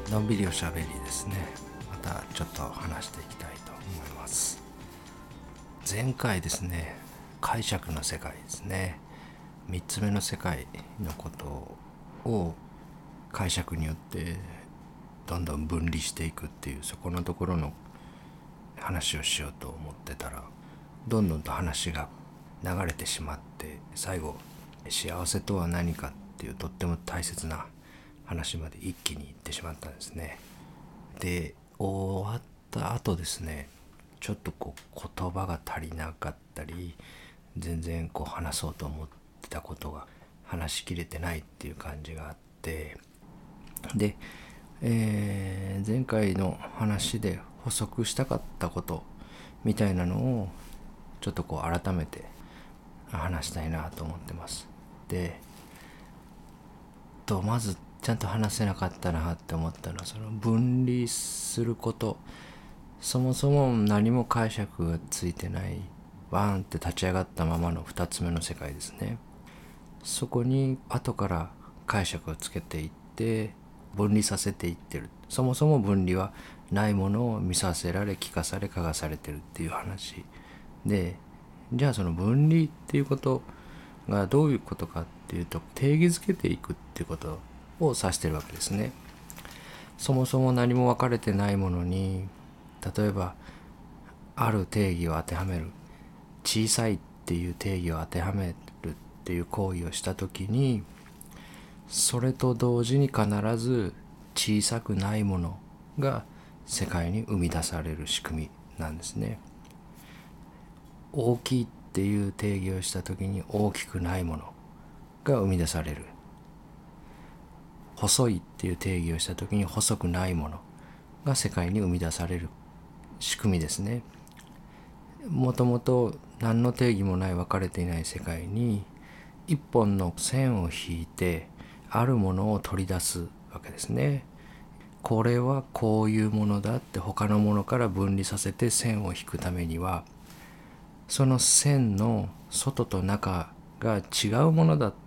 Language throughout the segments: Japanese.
のんびりおしゃべりですね。またちょっと話していきたいと思います。前回ですね、解釈の世界ですね、3つ目の世界のことを解釈によってどんどん分離していくっていう、そこのところの話をしようと思ってたら、どんどんと話が流れてしまって、最後幸せとは何かっていうとっても大切な話まで一気に行ってしまったんですね。で、終わった後ですね、ちょっと言葉が足りなかったり、全然話そうと思ってたことが話しきれてないっていう感じがあって、で、前回の話で補足したかったことみたいなのをちょっと改めて話したいなと思ってます。で、まずちゃんと話せなかったなって思ったのは、その分離すること、そもそも何も解釈がついてない、ワーンって立ち上がったままの2つ目の世界ですね。そこに後から解釈をつけていって分離させていってる。そもそも分離はないものを見させられ、聞かされ、嗅がされてるっていう話で、じゃあその分離っていうことがどういうことかっていうと、定義づけていくっていうことを指してるわけですね。そもそも何も分かれてないものに、例えばある定義を当てはめる、小さいっていう定義を当てはめるっていう行為をしたときに、それと同時に必ず小さくないものが世界に生み出される仕組みなんですね。大きいっていう定義をしたときに大きくないものが生み出される。細いっていう定義をしたときに細くないものが世界に生み出される仕組みですね。もともと何の定義もない分かれていない世界に一本の線を引いてあるものを取り出すわけですね。これはこういうものだって他のものから分離させて線を引くためには、その線の外と中が違うものだって、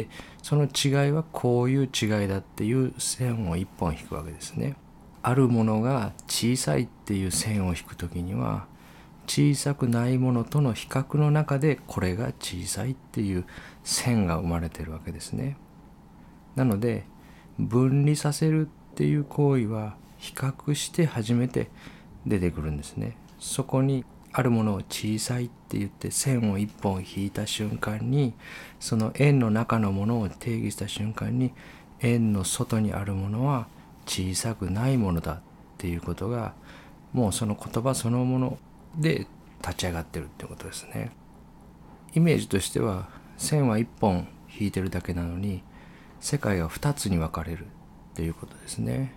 その違いはこういう違いだっていう線を一本引くわけですね。あるものが小さいっていう線を引くときには、小さくないものとの比較の中でこれが小さいっていう線が生まれてるわけですね。なので分離させるっていう行為は比較して初めて出てくるんですね。そこにあるものを小さいって言って線を一本引いた瞬間に、その円の中のものを定義した瞬間に、円の外にあるものは小さくないものだっていうことが、もうその言葉そのもので立ち上がってるってことですね。イメージとしては、線は一本引いてるだけなのに世界が二つに分かれるっていうことですね。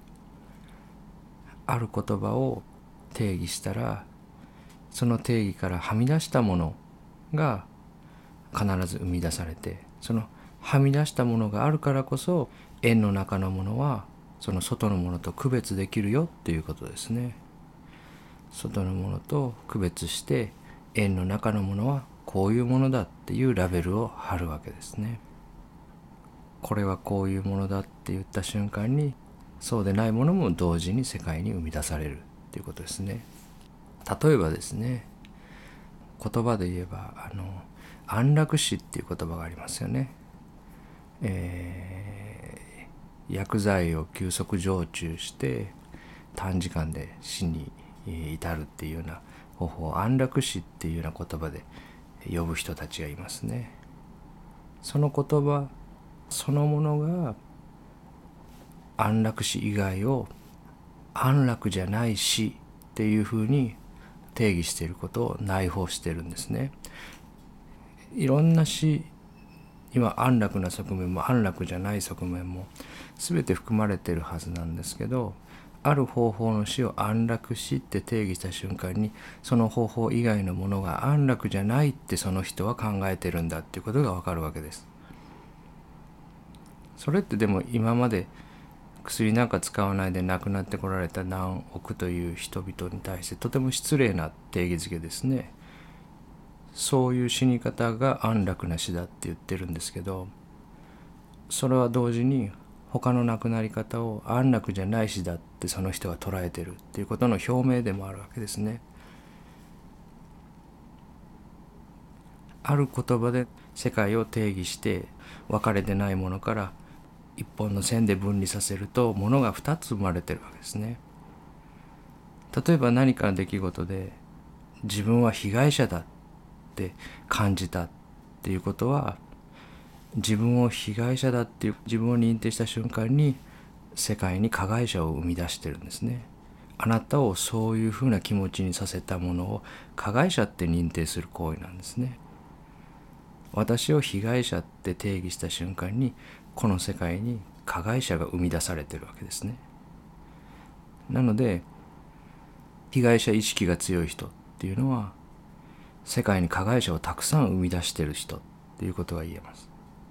ある言葉を定義したら、その定義からはみ出したものが必ず生み出されて、そのはみ出したものがあるからこそ円の中のものはその外のものと区別できるよっていうことですね。外のものと区別して円の中のものはこういうものだっていうラベルを貼るわけですね。これはこういうものだって言った瞬間に、そうでないものも同時に世界に生み出されるっていうことですね。例えばですね、言葉で言えば安楽死っていう言葉がありますよね。薬剤を急速常駐して短時間で死に至るっていうような方法を安楽死っていうような言葉で呼ぶ人たちがいますね。その言葉そのものが安楽死以外を安楽じゃない死っていうふうに定義していることを内包しているんですね。いろんな死、今安楽な側面も安楽じゃない側面も全て含まれているはずなんですけど、ある方法の死を安楽死って定義した瞬間に、その方法以外のものが安楽じゃないってその人は考えてるんだっていうことがわかるわけです。それってでも今まで薬なんか使わないで亡くなってこられた何億という人々に対してとても失礼な定義づけですね。そういう死に方が安楽な死だって言ってるんですけど、それは同時に他の亡くなり方を安楽じゃないしだってその人が捉えてるっていうことの表明でもあるわけですね。ある言葉で世界を定義して分かれてないものから一本の線で分離させるとものが2つ生まれてるわけですね。例えば何かの出来事で自分は被害者だって感じたっていうことは、自分を被害者だっていう自分を認定した瞬間に世界に加害者を生み出してるんですね。あなたをそういうふうな気持ちにさせたものを加害者って認定する行為なんですね。私を被害者って定義した瞬間にこの世界に加害者が生み出されてるわけですね。なので被害者意識が強い人っていうのは世界に加害者をたくさん生み出してる人っていうことが言えます。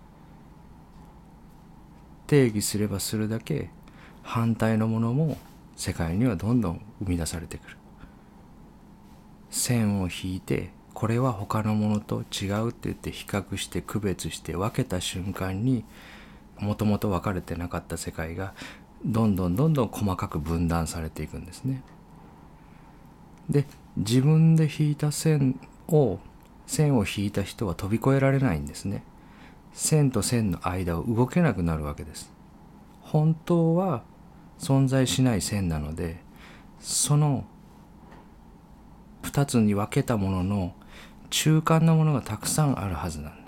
定義すればするだけ反対のものも世界にはどんどん生み出されてくる。線を引いてこれは他のものと違うって言って比較して区別して分けた瞬間に、もともと分かれてなかった世界がどんどん細かく分断されていくんですね。で、自分で引いた線を引いた人は飛び越えられないんですね。線と線の間を動けなくなるわけです。本当は存在しない線なので、その2つに分けたものの中間のものがたくさんあるはずなんです。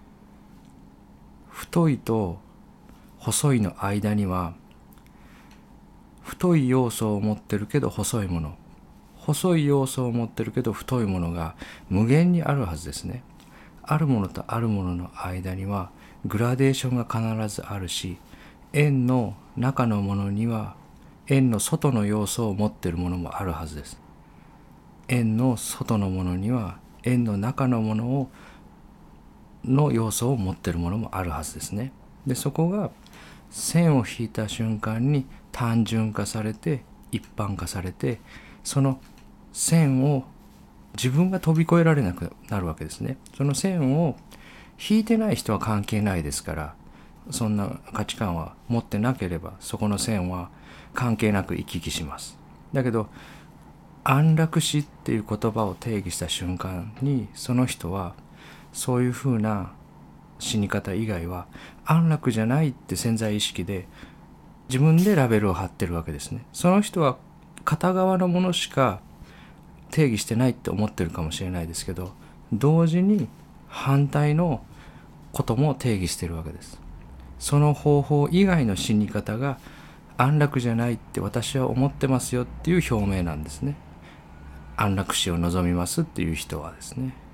太いと細いの間には太い要素を持ってるけど細いもの、細い要素を持ってるけど太いものが無限にあるはずですね。あるものとあるものの間にはグラデーションが必ずあるし、円の中のものには円の外の要素を持っているものもあるはずです。円の外のものには円の中のものの要素を持っているものもあるはずですね。で、そこが線を引いた瞬間に単純化されて一般化されて、その線を自分が飛び越えられなくなるわけですね。その線を引いてない人は関係ないですから、そんな価値観は持ってなければそこの線は関係なく行き来します。だけど安楽死っていう言葉を定義した瞬間に、その人はそういうふうな死に方以外は安楽じゃないって潜在意識で自分でラベルを貼ってるわけですね。その人は片側のものしか定義してないって思ってるかもしれないですけど、同時に反対のことも定義してるわけです。その方法以外の死に方が安楽じゃないって私は思ってますよっていう表明なんですね。安楽死を望みますっていう人はですね、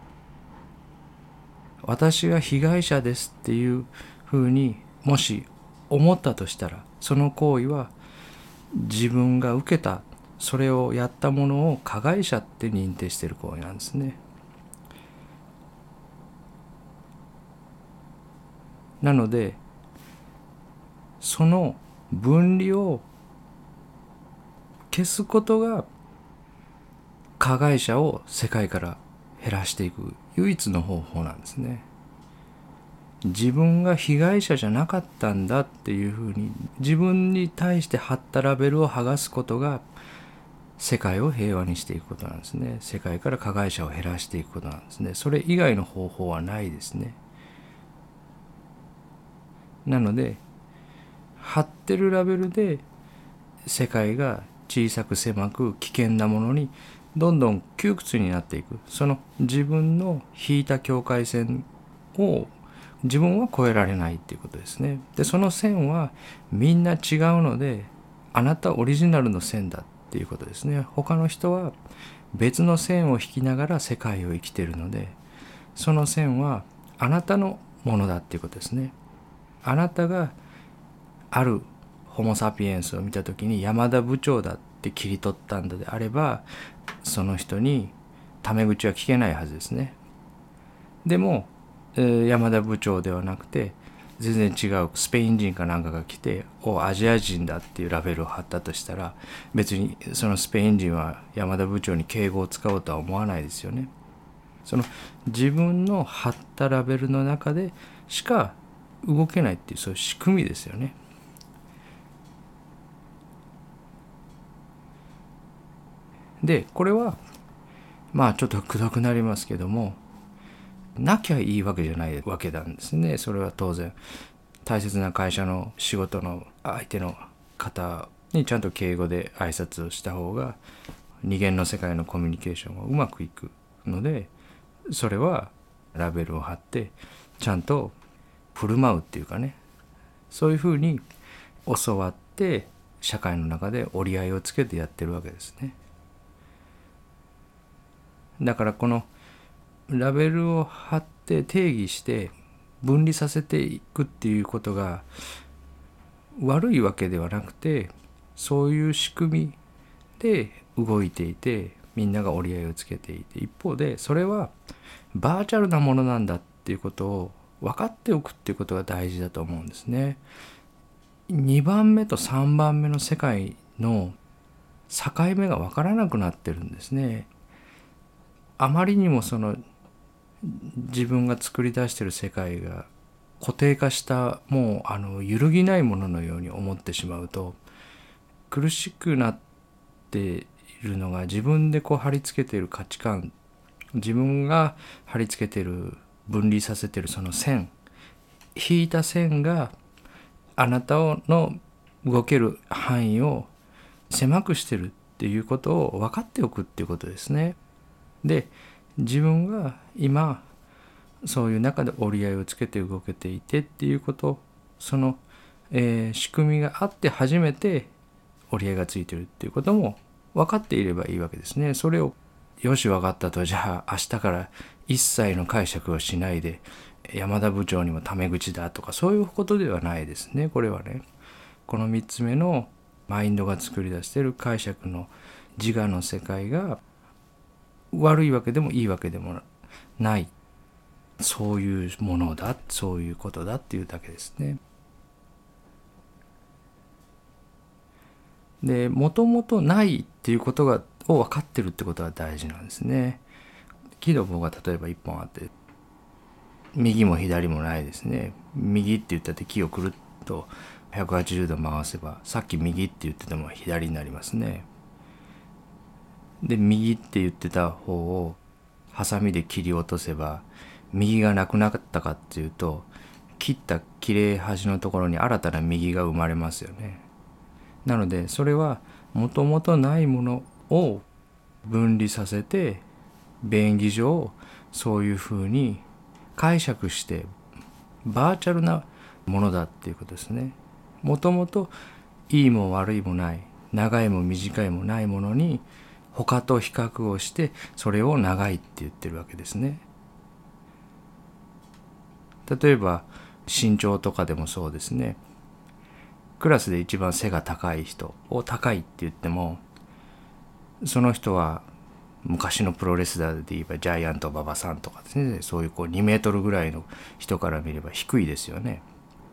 私が被害者ですっていうふうにもし思ったとしたら、その行為は自分が受けた、それをやったものを加害者って認定している行為なんですね。なのでその分離を消すことが加害者を世界から減らしていく唯一の方法なんですね。自分が被害者じゃなかったんだっていうふうに自分に対して貼ったラベルを剥がすことが世界を平和にしていくことなんですね。世界から加害者を減らしていくことなんですね。それ以外の方法はないですね。なので貼ってるラベルで世界が小さく狭く危険なものにどんどん窮屈になっていく、その自分の引いた境界線を自分は越えられないっていうことですね。で、その線はみんな違うので、あなたオリジナルの線だっていうことですね。他の人は別の線を引きながら世界を生きているので、その線はあなたのものだっていうことですね。あなたがあるホモ・サピエンスを見たときに山田部長だって切り取ったんだであれば、その人にタメ口は聞けないはずですね。でも山田部長ではなくて全然違うスペイン人かなんかが来てアジア人だっていうラベルを貼ったとしたら、別にそのスペイン人は山田部長に敬語を使おうとは思わないですよね。その自分の貼ったラベルの中でしか動けないっていう、そういう仕組みですよね。でこれはまあちょっとくどくなりますけども、なきゃいいわけじゃないわけなんですね。それは当然大切な会社の仕事の相手の方にちゃんと敬語で挨拶をした方が二元の世界のコミュニケーションがうまくいくので、それはラベルを貼ってちゃんと振る舞うっていうかね、そういうふうに教わって社会の中で折り合いをつけてやってるわけですね。だからこのラベルを貼って定義して分離させていくっていうことが悪いわけではなくて、そういう仕組みで動いていてみんなが折り合いをつけていて、一方でそれはバーチャルなものなんだっていうことを分かっておくっていうことが大事だと思うんですね。2番目と3番目の世界の境目が分からなくなってるんですね。あまりにもその自分が作り出している世界が固定化したもう揺るぎないもののように思ってしまうと、苦しくなっているのが自分でこう貼り付けている価値観、自分が貼り付けている分離させているその線、引いた線があなたの動ける範囲を狭くしてるっていうことを分かっておくっていうことですね。で自分が今そういう中で折り合いをつけて動けていてっていうこと、その、仕組みがあって初めて折り合いがついてるっていうことも分かっていればいいわけですね。それをよし分かったと、じゃあ明日から一切の解釈をしないで山田部長にもタメ口だとか、そういうことではないですね。これはね、この3つ目のマインドが作り出している解釈の自我の世界が悪いわけでもいいわけでもない、そういうものだ、そういうことだっていうだけですね。でもともとないっていうことを分かってるってことが大事なんですね。木の棒が例えば1本あって右も左もないですね。右って言ったって木をくるっと180度回せばさっき右って言ってても左になりますね。で右って言ってた方をハサミで切り落とせば右がなくなったかっていうと、切った切れ端のところに新たな右が生まれますよね。なのでそれはもともとないものを分離させて便宜上そういうふうに解釈してバーチャルなものだっていうことですね。もともといいも悪いもない、長いも短いもないものに他と比較をしてそれを長いって言ってるわけですね。例えば身長とかでもそうですね。クラスで一番背が高い人を高いって言っても、その人は昔のプロレスラーで言えばジャイアント馬場さんとかですね、そういう2メートルぐらいの人から見れば低いですよね。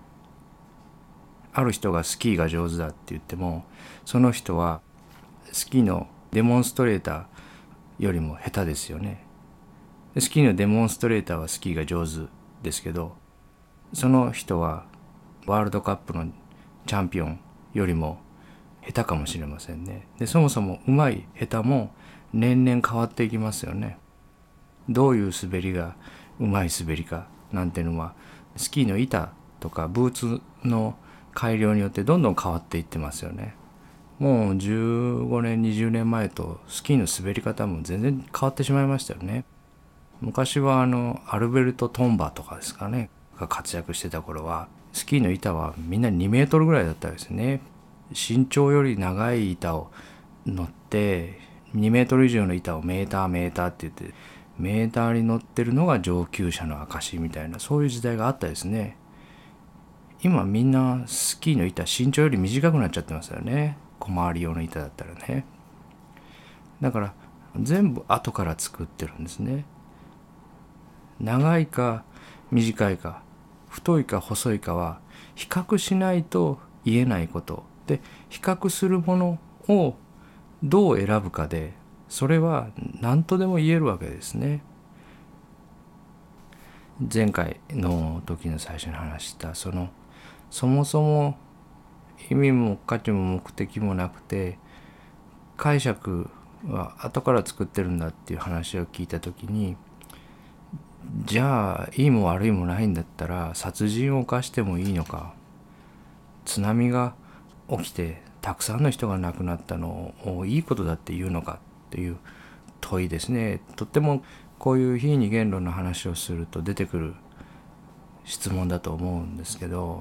ある人がスキーが上手だって言っても、その人はスキーのデモンストレーターよりも下手ですよね。スキーのデモンストレーターはスキーが上手ですけど、その人はワールドカップのチャンピオンよりも下手かもしれませんね。でそもそも上手い下手も年々変わっていきますよね。どういう滑りが上手い滑りかなんていうのはスキーの板とかブーツの改良によってどんどん変わっていってますよね。もう15年20年前とスキーの滑り方も全然変わってしまいましたよね。昔はアルベルト・トンバとかですかねが活躍してた頃はスキーの板はみんな2メートルぐらいだったんですね。身長より長い板を乗って2メートル以上の板をメーターって言って、メーターに乗ってるのが上級者の証みたいな、そういう時代があったですね。今みんなスキーの板身長より短くなっちゃってますよね。小回り用の板だったらね。だから全部後から作ってるんですね。長いか短いか太いか細いかは比較しないと言えないことで、比較するものをどう選ぶかでそれは何とでも言えるわけですね。 前回の時の最初に話したそもそも意味も価値も目的もなくて解釈は後から作ってるんだっていう話を聞いた時に、じゃあいいも悪いもないんだったら殺人を犯してもいいのか、津波が起きてたくさんの人が亡くなったのをいいことだって言うのかっていう問いですね。とってもこういう非二元論の話をすると出てくる質問だと思うんですけど、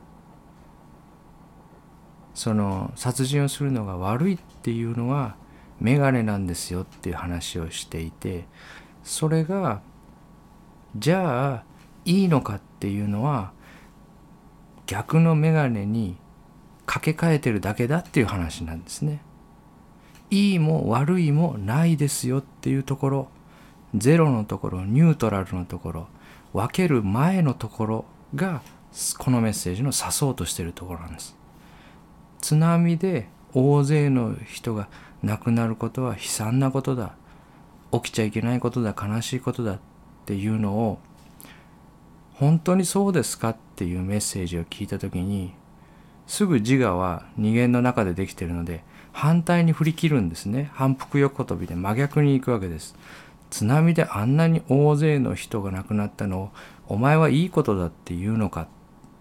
その殺人をするのが悪いっていうのは眼鏡なんですよっていう話をしていて、それがじゃあいいのかっていうのは逆の眼鏡に掛け替えてるだけだっていう話なんですね。いいも悪いもないですよっていうところ、ゼロのところ、ニュートラルのところ、分ける前のところがこのメッセージの指そうとしているところなんです。津波で大勢の人が亡くなることは悲惨なことだ、起きちゃいけないことだ、悲しいことだっていうのを本当にそうですかっていうメッセージを聞いたときに、すぐ自我は二元の中でできているので反対に振り切るんですね。反復横跳びで真逆に行くわけです。津波であんなに大勢の人が亡くなったのをお前はいいことだって言うのか。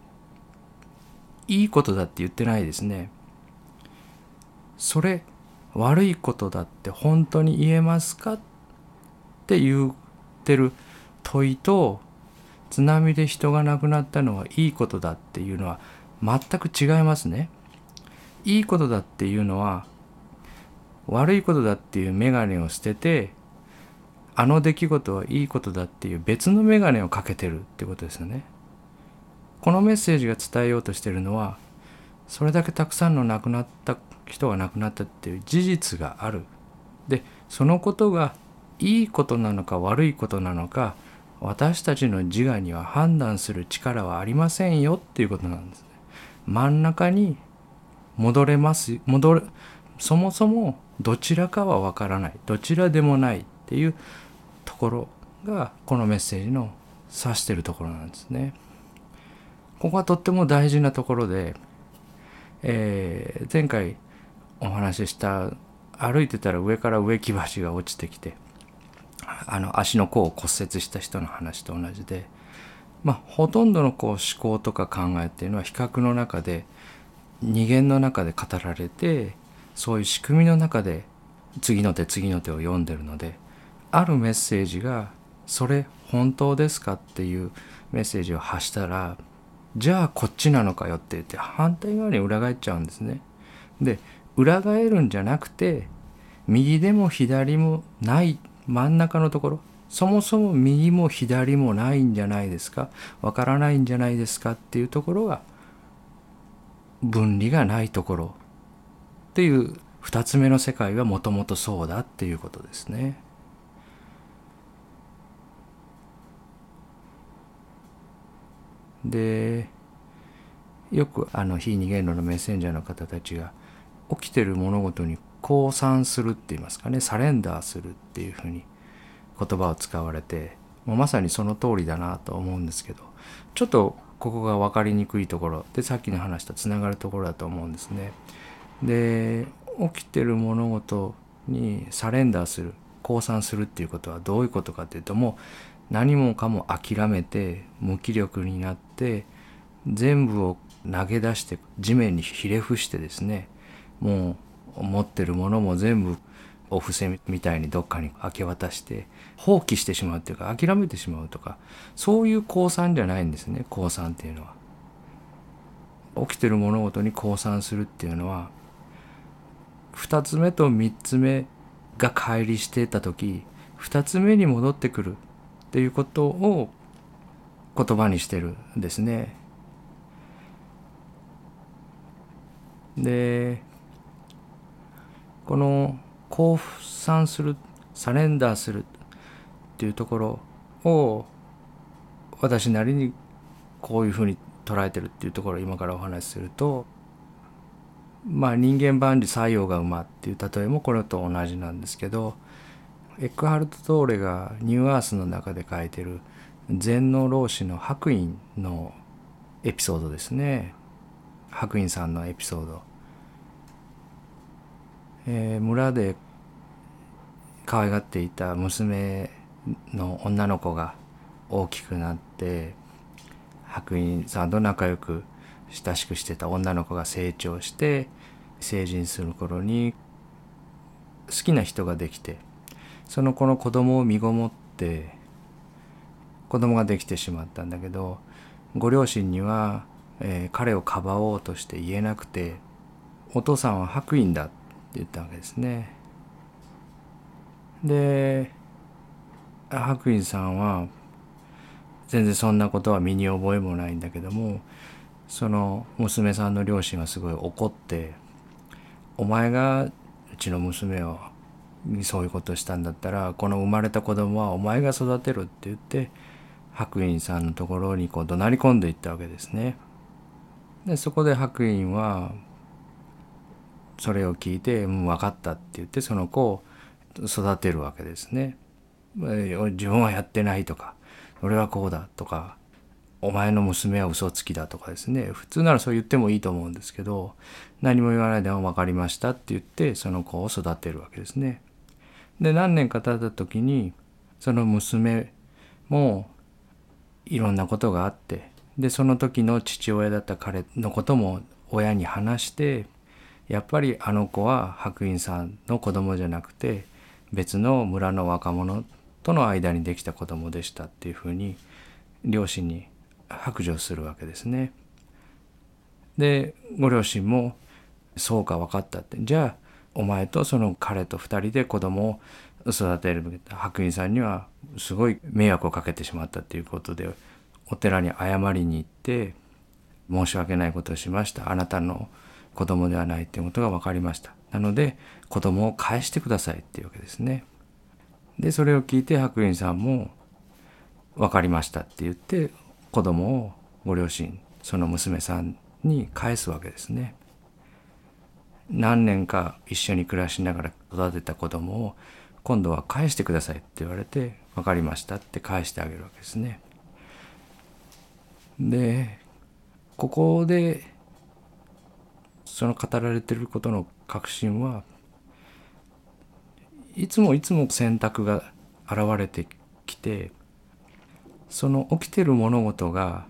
いいことだって言ってないですね。それ悪いことだって本当に言えますかって言ってる問いと、津波で人が亡くなったのはいいことだっていうのは全く違いますね。いいことだっていうのは悪いことだっていう眼鏡を捨てて、あの出来事はいいことだっていう別の眼鏡をかけてるってことですよね。このメッセージが伝えようとしているのは、それだけたくさんの亡くなった人が亡くなったっていう事実がある。で、そのことがいいことなのか悪いことなのか、私たちの自我には判断する力はありませんよっていうことなんですね。真ん中に戻れます。そもそもどちらかは分からない、どちらでもないっていうところがこのメッセージの指しているところなんですね。ここはとっても大事なところで、前回お話しした歩いてたら上から植木鉢が落ちてきて足の甲を骨折した人の話と同じで、ほとんどの思考とか考えっていうのは比較の中で二元の中で語られて、そういう仕組みの中で次の手次の手を読んでるので、あるメッセージがそれ本当ですかっていうメッセージを発したら、じゃあこっちなのかよって言って反対側に裏返っちゃうんですね。で、裏返るんじゃなくて右でも左もない真ん中のところ、そもそも右も左もないんじゃないですか、わからないんじゃないですかっていうところが分離がないところっていう二つ目の世界はもともとそうだっていうことですね。で、よく非二元論のメッセンジャーの方たちが起きてる物事に降参するって言いますかね、サレンダーするっていうふうに言葉を使われて、もうまさにその通りだなと思うんですけど、ちょっとここが分かりにくいところで、さっきの話とつながるところだと思うんですね。で、起きてる物事にサレンダーする、降参するっていうことはどういうことかっていうと、もう何もかも諦めて無気力になって全部を投げ出して地面にひれ伏してですね、もう持ってるものも全部お布施みたいにどっかに明け渡して放棄してしまうっていうか諦めてしまうとか、そういう降参じゃないんですね。降参っていうのは、起きてる物事に降参するっていうのは、2つ目と3つ目が乖離していた時、2つ目に戻ってくるっていうことを言葉にしてるんですね。で、この降参する、サレンダーするっていうところを私なりにこういうふうに捉えてるっていうところを今からお話しすると、人間万事作用が馬っていう例えもこれと同じなんですけど、エックハルト・トーレがニューアースの中で書いてる禅の老師の白隠のエピソードですね。白隠さんのエピソード、村で可愛がっていた娘の女の子が大きくなって、白隠さんと仲良く親しくしてた女の子が成長して成人する頃に好きな人ができて、その子の子供を身ごもって子供ができてしまったんだけど、ご両親には、彼をかばおうとして言えなくて、お父さんは白隠だって言ったわけですね。で白隠さんは全然そんなことは身に覚えもないんだけども、その娘さんの両親はすごい怒って、お前がうちの娘をそういうことしたんだったら、この生まれた子供はお前が育てるって言って、白隠さんのところに怒鳴り込んでいったわけですね。でそこで白隠はそれを聞いて、分かったって言ってその子を育てるわけですね。自分はやってないとか、俺はこうだとか、お前の娘は嘘つきだとかですね、普通ならそう言ってもいいと思うんですけど、何も言わないで分かりましたって言ってその子を育てるわけですね。で何年か経った時にその娘もいろんなことがあって、でその時の父親だった彼のことも親に話して、やっぱりあの子は白隠さんの子供じゃなくて別の村の若者との間にできた子供でしたっていうふうに両親に白状するわけですね。でご両親もそうか分かったって、じゃあお前とその彼と2人で子供を育てる。白隠さんにはすごい迷惑をかけてしまったっていうことでお寺に謝りに行って、申し訳ないことをしました、あなたの子供ではないっていうことが分かりました、なので子供を返してくださいっていうわけですね。でそれを聞いて白隠さんも分かりましたって言って子供をご両親、その娘さんに返すわけですね。何年か一緒に暮らしながら育てた子供を今度は返してくださいって言われて、分かりましたって返してあげるわけですね。でここでその語られていることの核心は、いつもいつも選択が現れてきて、その起きている物事が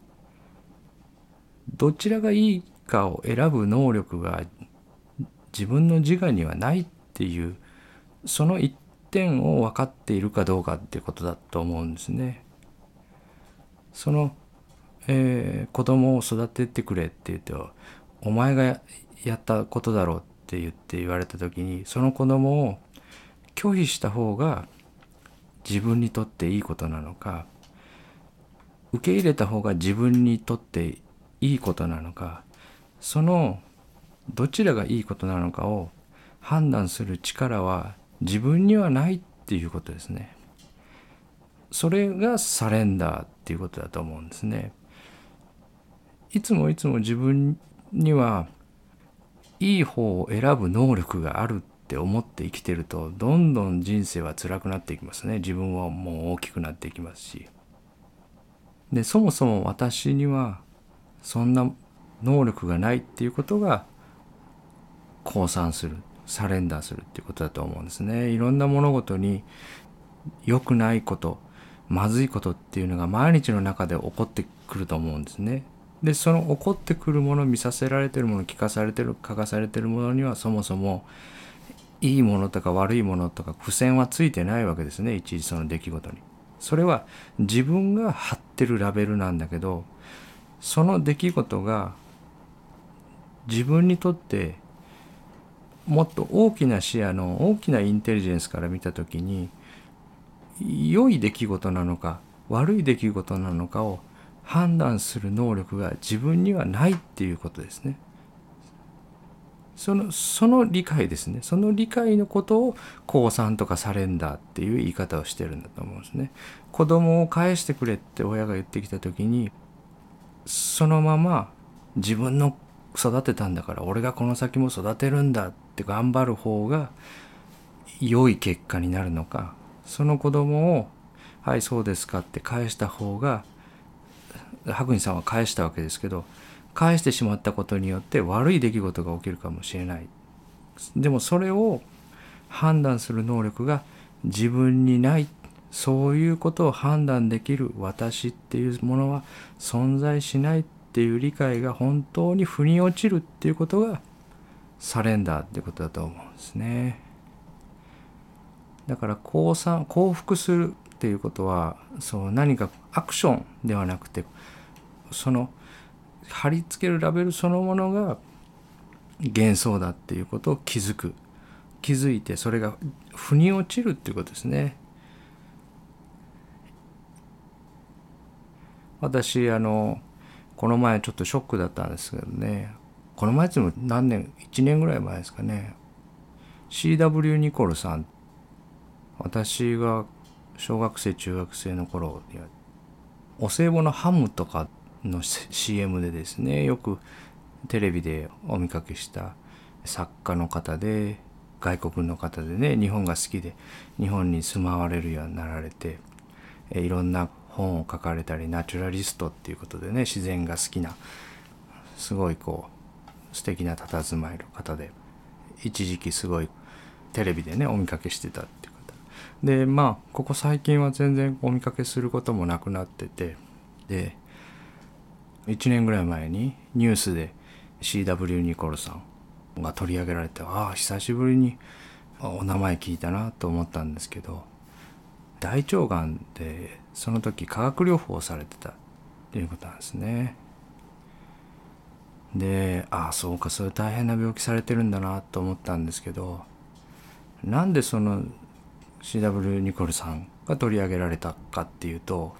どちらがいいかを選ぶ能力が自分の自我にはないっていう、その一点を分かっているかどうかっていうことだと思うんですね。その、子供を育ててくれって言って、お前がやったことだろうって言われた時に、その子供を拒否した方が自分にとっていいことなのか、受け入れた方が自分にとっていいことなのか、そのどちらがいいことなのかを判断する力は自分にはないっていうことですね。それがサレンダーっていうことだと思うんですね。いつもいつも自分にはいい方を選ぶ能力があるって思って生きてると、どんどん人生は辛くなっていきますね。自分はもう大きくなっていきますし、でそもそも私にはそんな能力がないっていうことが降参する、サレンダーするっていうことだと思うんですね。いろんな物事に良くないこと、まずいことっていうのが毎日の中で起こってくると思うんですね。でその起こってくるもの、見させられてるもの、聞かされてる、書かされてるものにはそもそもいいものとか悪いものとか付箋はついてないわけですね。いちいちその出来事に、それは自分が貼ってるラベルなんだけど、その出来事が自分にとってもっと大きな視野の大きなインテリジェンスから見たときに、良い出来事なのか悪い出来事なのかを判断する能力が自分にはないっていうことですね。その理解ですね。その理解のことを降参とかサレンダーっていう言い方をしてるんだと思うんですね。子供を返してくれって親が言ってきた時に、そのまま自分の育てたんだから俺がこの先も育てるんだって頑張る方が良い結果になるのか、その子供をはいそうですかって返した方が、白仁さんは返したわけですけど、返してしまったことによって悪い出来事が起きるかもしれない。でもそれを判断する能力が自分にない、そういうことを判断できる私っていうものは存在しないっていう理解が本当に腑に落ちるっていうことがサレンダーっていうことだと思うんですね。だから降伏するっていうことは、そう何かアクションではなくて、その貼り付けるラベルそのものが幻想だっていうことを気づいて、それが腑に落ちるっていうことですね。私この前ちょっとショックだったんですけどね、この前っても何年、1年ぐらい前ですかね、 C.W. ニコルさん、私が小学生中学生の頃にはお歳暮のハムとかの CM でですね、よくテレビでお見かけした作家の方で、外国の方でね、日本が好きで日本に住まわれるようになられて、いろんな本を書かれたり、ナチュラリストっていうことでね、自然が好きな、すごい素敵な佇まいの方で、一時期すごいテレビでねお見かけしてたっていう方で、ここ最近は全然お見かけすることもなくなってて、で1年ぐらい前にニュースで C.W. ニコルさんが取り上げられて、ああ久しぶりにお名前聞いたなと思ったんですけど、大腸がんでその時化学療法をされてたっていうことなんですね。で、そうか、そういう大変な病気されてるんだなと思ったんですけど、なんでその C.W. ニコルさんが取り上げられたかっていうと、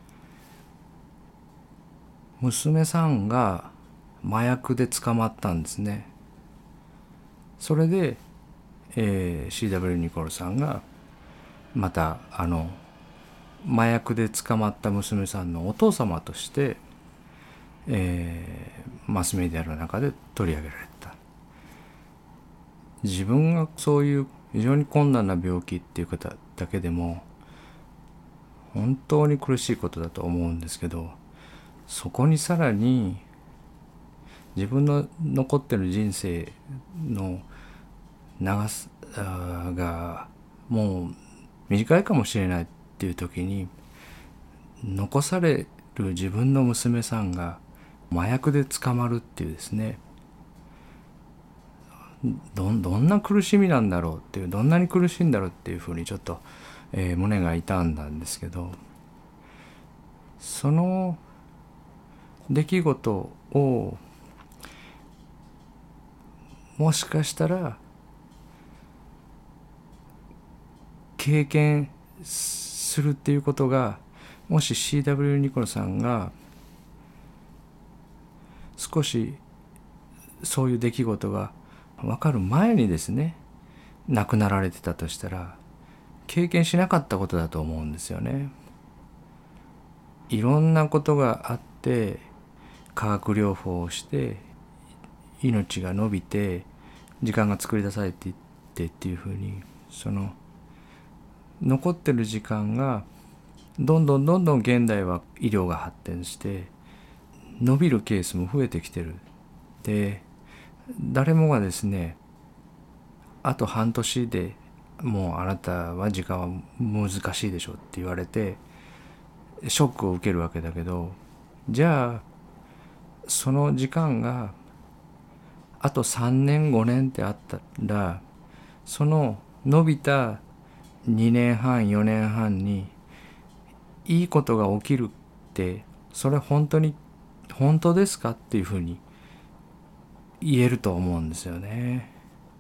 娘さんが麻薬で捕まったんですね。それで、C.W. ニコルさんがまた麻薬で捕まった娘さんのお父様として、マスメディアの中で取り上げられた。自分がそういう非常に困難な病気っていう方だけでも本当に苦しいことだと思うんですけど、そこにさらに自分の残ってる人生の長さがもう短いかもしれないっていう時に、残される自分の娘さんが麻薬で捕まるっていうですね、どんな苦しみなんだろうっていう、どんなに苦しいんだろうっていうふうにちょっと、胸が痛んだんですけど、その出来事をもしかしたら経験するっていうことが、もし C.W. ニコルさんが少しそういう出来事が分かる前にですね亡くなられてたとしたら、経験しなかったことだと思うんですよね。いろんなことがあって化学療法をして命が延びて時間が作り出されていってっていうふうに、その残ってる時間がどんどん現代は医療が発展して伸びるケースも増えてきてる。で、誰もがですね、あと半年でもうあなたは時間は難しいでしょって言われてショックを受けるわけだけど、じゃあその時間があと3年5年ってあったら、その伸びた2年半4年半にいいことが起きるって、それ本当ですかっていうふうに言えると思うんですよね。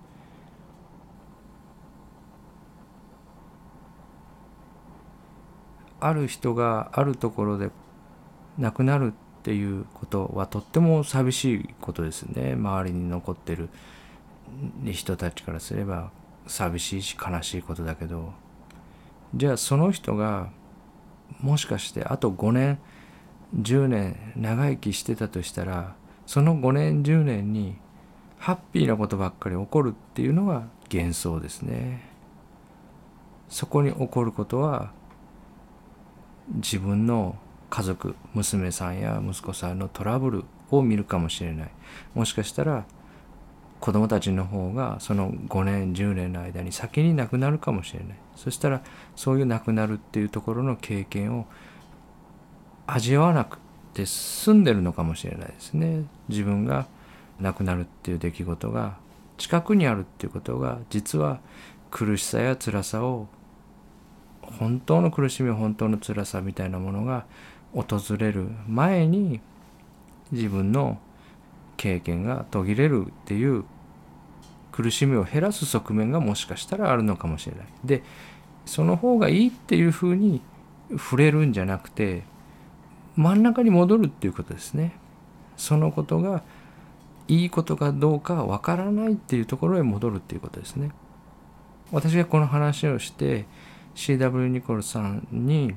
ある人があるところで亡くなるっていうことはとっても寂しいことですね。周りに残ってる人たちからすれば寂しいし悲しいことだけど、じゃあその人がもしかしてあと5年10年長生きしてたとしたら、その5年10年にハッピーなことばっかり起こるっていうのが幻想ですね。そこに起こることは自分の家族、娘さんや息子さんのトラブルを見るかもしれない。もしかしたら子供たちの方がその5年10年の間に先に亡くなるかもしれない。そしたらそういう亡くなるっていうところの経験を味わわなくて済んでるのかもしれないですね。自分が亡くなるっていう出来事が近くにあるっていうことが、実は苦しさや辛さを、本当の苦しみ、本当の辛さみたいなものが訪れる前に自分の経験が途切れるっていう苦しみを減らす側面がもしかしたらあるのかもしれない。で、その方がいいっていうふうに触れるんじゃなくて、真ん中に戻るっていうことですね。そのことがいいことかどうかわからないっていうところへ戻るっていうことですね。私がこの話をして C.W. ニコルさんに、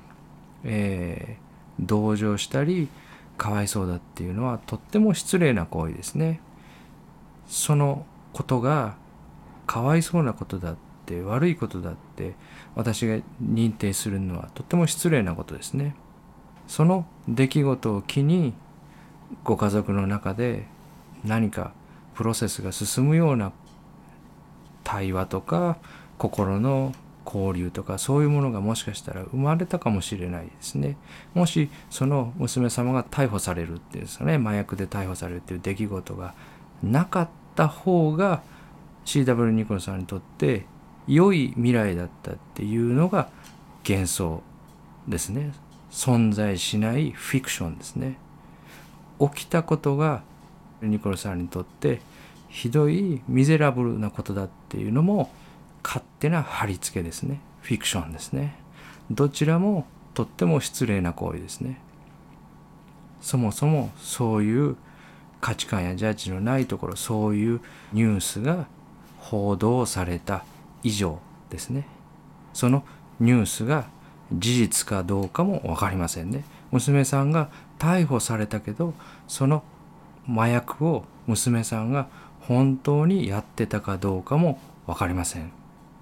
同情したりかわいそうだっていうのはとっても失礼な行為ですね。そのことがかわいそうなことだって、悪いことだって私が認定するのはとっても失礼なことですね。その出来事を機にご家族の中で何かプロセスが進むような対話とか心の交流とか、そういうものがもしかしたら生まれたかもしれないですね。もしその娘様が逮捕されるっていうんですかね、麻薬で逮捕されるっていう出来事がなかった方が C.W. ニコルさんにとって良い未来だったっていうのが幻想ですね。存在しないフィクションですね。起きたことがニコルさんにとってひどいミゼラブルなことだっていうのも勝手な貼り付けですね。フィクションですね。どちらもとっても失礼な行為ですね。そもそもそういう価値観やジャッジのないところ、そういうニュースが報道された以上ですね。そのニュースが事実かどうかも分かりませんね。娘さんが逮捕されたけど、その麻薬を娘さんが本当にやってたかどうかも分かりません。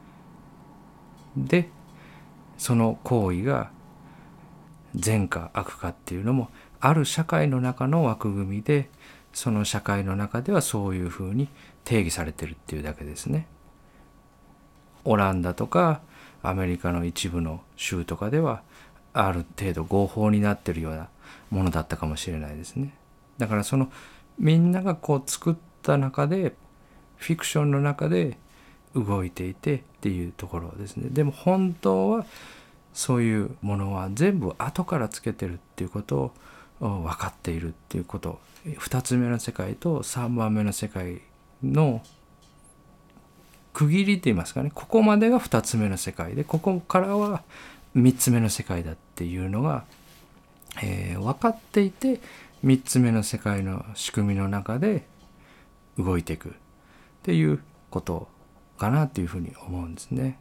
で、その行為が善か悪かっていうのもある社会の中の枠組みで、その社会の中ではそういうふうに定義されてるっていうだけですね。オランダとかアメリカの一部の州とかではある程度合法になってるようなものだったかもしれないですね。だからそのみんながこう作った中で、フィクションの中で動いていてっていうところですね。でも本当はそういうものは全部後からつけてるっていうことを分かっているっていうこと、2つ目の世界と3番目の世界の区切りといいますかね、ここまでが2つ目の世界で、ここからは3つ目の世界だっていうのが、分かっていて、3つ目の世界の仕組みの中で動いていくっていうことかなというふうに思うんですね。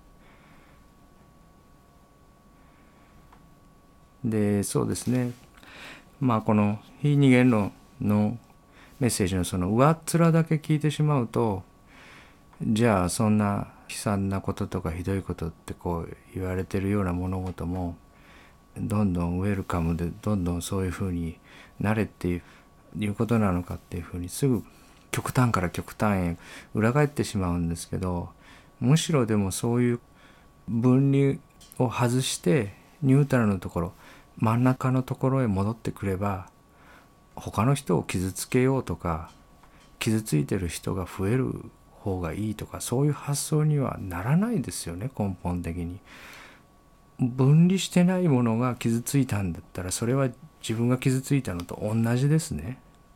で、そうですね。この非二元論のメッセージのその上っ面だけ聞いてしまうと、じゃあそんな悲惨なこととかひどいことってこう言われてるような物事もどんどんウェルカムで、どんどんそういうふうになれっていうことなのかっていうふうにすぐ極端から極端へ裏返ってしまうんですけど、むしろでもそういう分離を外してニュートラルのところ、真ん中のところへ戻ってくれば、他の人を傷つけようとか傷ついてる人が増える方がいいとか、そういう発想にはならないですよね。根本的に分離してないものが傷ついたんだったら、それは自分が傷ついたのと同じですね。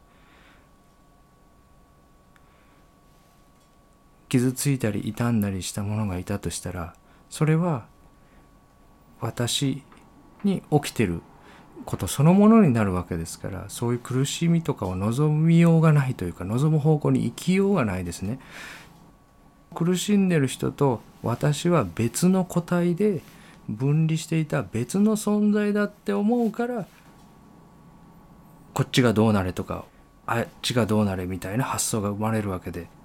傷ついたり傷んだりしたものがいたとしたら、それは私に起きてることそのものになるわけですから、そういう苦しみとかを望みようがないというか、望む方向に生きようがないですね。苦しんでる人と私は別の個体で分離していた別の存在だって思うから、こっちがどうなれとかあっちがどうなれみたいな発想が生まれるわけで、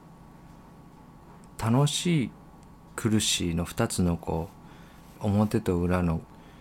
楽しい苦しいの2つの表と裏の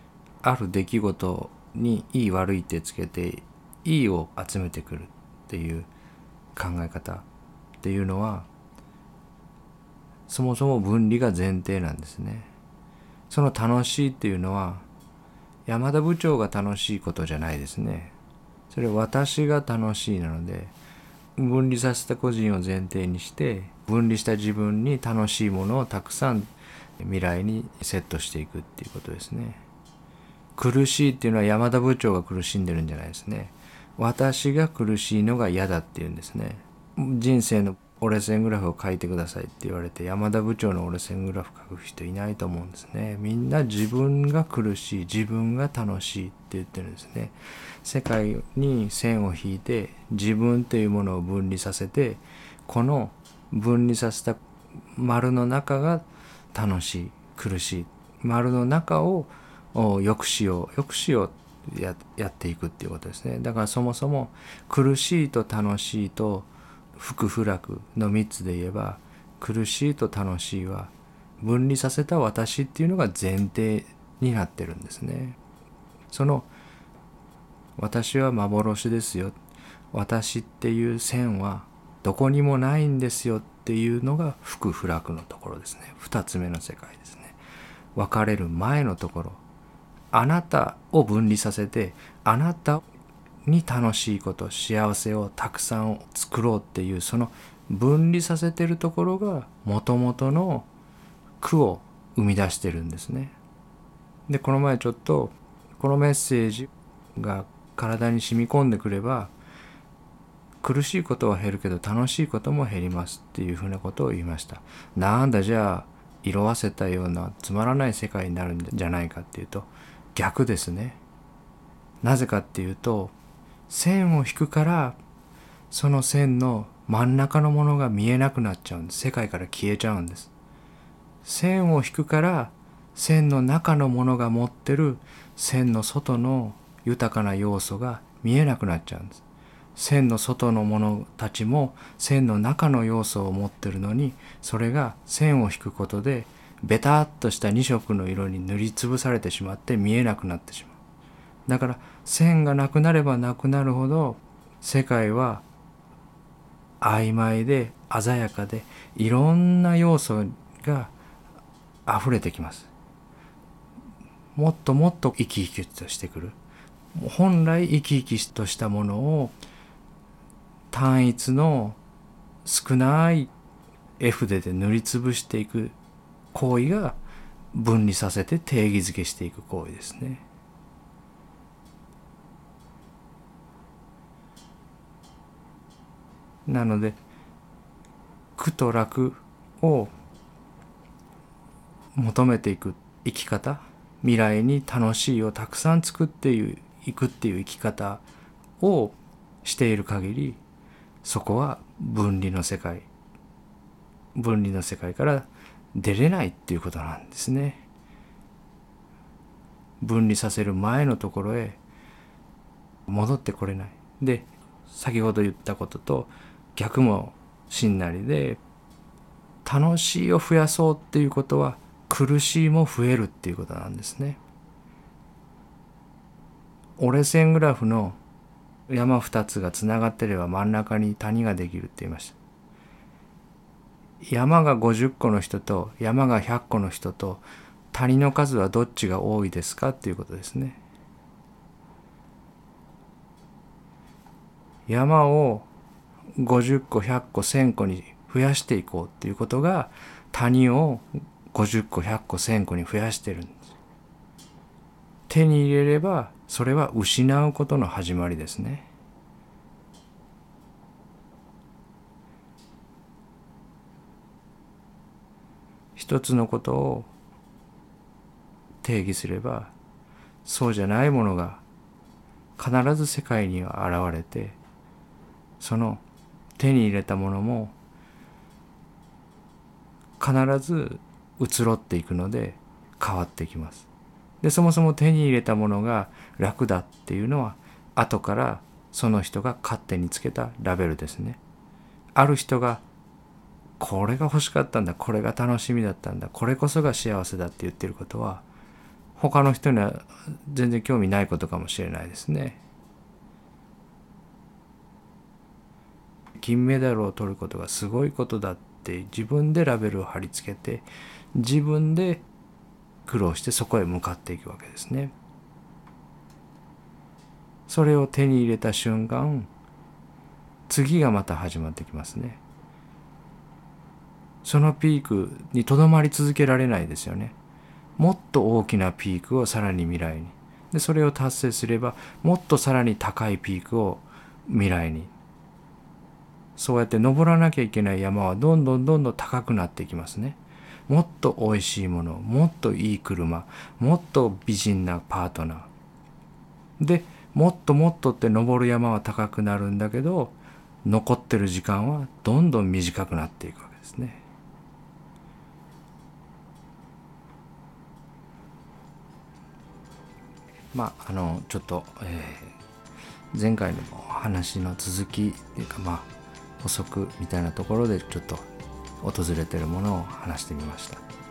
ある出来事にいい悪いってつけていいを集めてくるっていう考え方っていうのはそもそも分離が前提なんですね。その楽しいっていうのは山田部長が楽しいことじゃないですね。それは私が楽しいなので、分離させた個人を前提にして分離した自分に楽しいものをたくさん未来にセットしていくっていうことですね。苦しいっていうのは山田部長が苦しんでるんじゃないですね。私が苦しいのが嫌だっていうんですね。人生の折れ線グラフを書いてくださいって言われて山田部長の折れ線グラフ書く人いないと思うんですね。みんな自分が苦しい、自分が楽しいって言ってるんですね。世界に線を引いて自分というものを分離させて、この分離させた丸の中が楽しい、苦しい、丸の中を良くしようやっていくっていうことですね。だからそもそも苦しいと楽しいと福不楽の3つで言えば、苦しいと楽しいは分離させた私っていうのが前提になってるんですね。その私は幻ですよ、私っていう線はどこにもないんですよっていうのが福不楽のところですね。2つ目の世界ですね。別れる前のところ、あなたを分離させてあなたに楽しいこと、幸せをたくさん作ろうっていう、その分離させてるところがもともとの苦を生み出してるんですね。でこの前ちょっとこのメッセージが体に染み込んでくれば、苦しいことは減るけど楽しいことも減りますっていうふうなことを言いました。なんだじゃあ色あせたようなつまらない世界になるんじゃないかっていうと逆ですね。なぜかっていうと、線を引くからその線の真ん中のものが見えなくなっちゃうんです。世界から消えちゃうんです。線を引くから線の中のものが持ってる線の外の豊かな要素が見えなくなっちゃうんです。線の外のものたちも線の中の要素を持ってるのに、それが線を引くことでベタっとした2色の色に塗りつぶされてしまって見えなくなってしまう。だから線がなくなればなくなるほど世界は曖昧で鮮やかでいろんな要素が溢れてきます。もっともっと生き生きとしてくる。本来生き生きとしたものを単一の少ない絵筆で塗りつぶしていく行為が分離させて定義づけしていく行為ですね。なので苦と楽を求めていく生き方、未来に楽しいをたくさん作っていくっていう生き方をしている限り、そこは分離の世界から出れないっていうことなんですね。分離させる前のところへ戻ってこれない。で先ほど言ったことと逆もしんなりで、楽しいを増やそうっていうことは苦しいも増えるっていうことなんですね。折れ線グラフの山2つがつながってれば真ん中に谷ができるって言いました。山が50個の人と山が100個の人と谷の数はどっちが多いですかっていうことですね。山を50個100個1000個に増やしていこうっていうことが谷を50個100個1000個に増やしてるんです。手に入れればそれは失うことの始まりですね。一つのことを定義すればそうじゃないものが必ず世界には現れて、その手に入れたものも必ず移ろっていくので変わってきます。でそもそも手に入れたものが楽だっていうのは後からその人が勝手につけたラベルですね。ある人がこれが欲しかったんだ、これが楽しみだったんだ、これこそが幸せだって言ってることは他の人には全然興味ないことかもしれないですね。金メダルを取ることがすごいことだって自分でラベルを貼り付けて、自分で苦労してそこへ向かっていくわけですね。それを手に入れた瞬間、次がまた始まってきますね。そのピークにとどまり続けられないですよね。もっと大きなピークをさらに未来に。で、それを達成すれば、もっとさらに高いピークを未来に。そうやって登らなきゃいけない山はどんどんどんどん高くなっていきますね。もっとおいしいもの、もっといい車、もっと美人なパートナー。で、もっともっとって登る山は高くなるんだけど、残ってる時間はどんどん短くなっていくわけですね。ちょっと、前回の話の続きっていうか、補足みたいなところでちょっと訪れてるものを話してみました。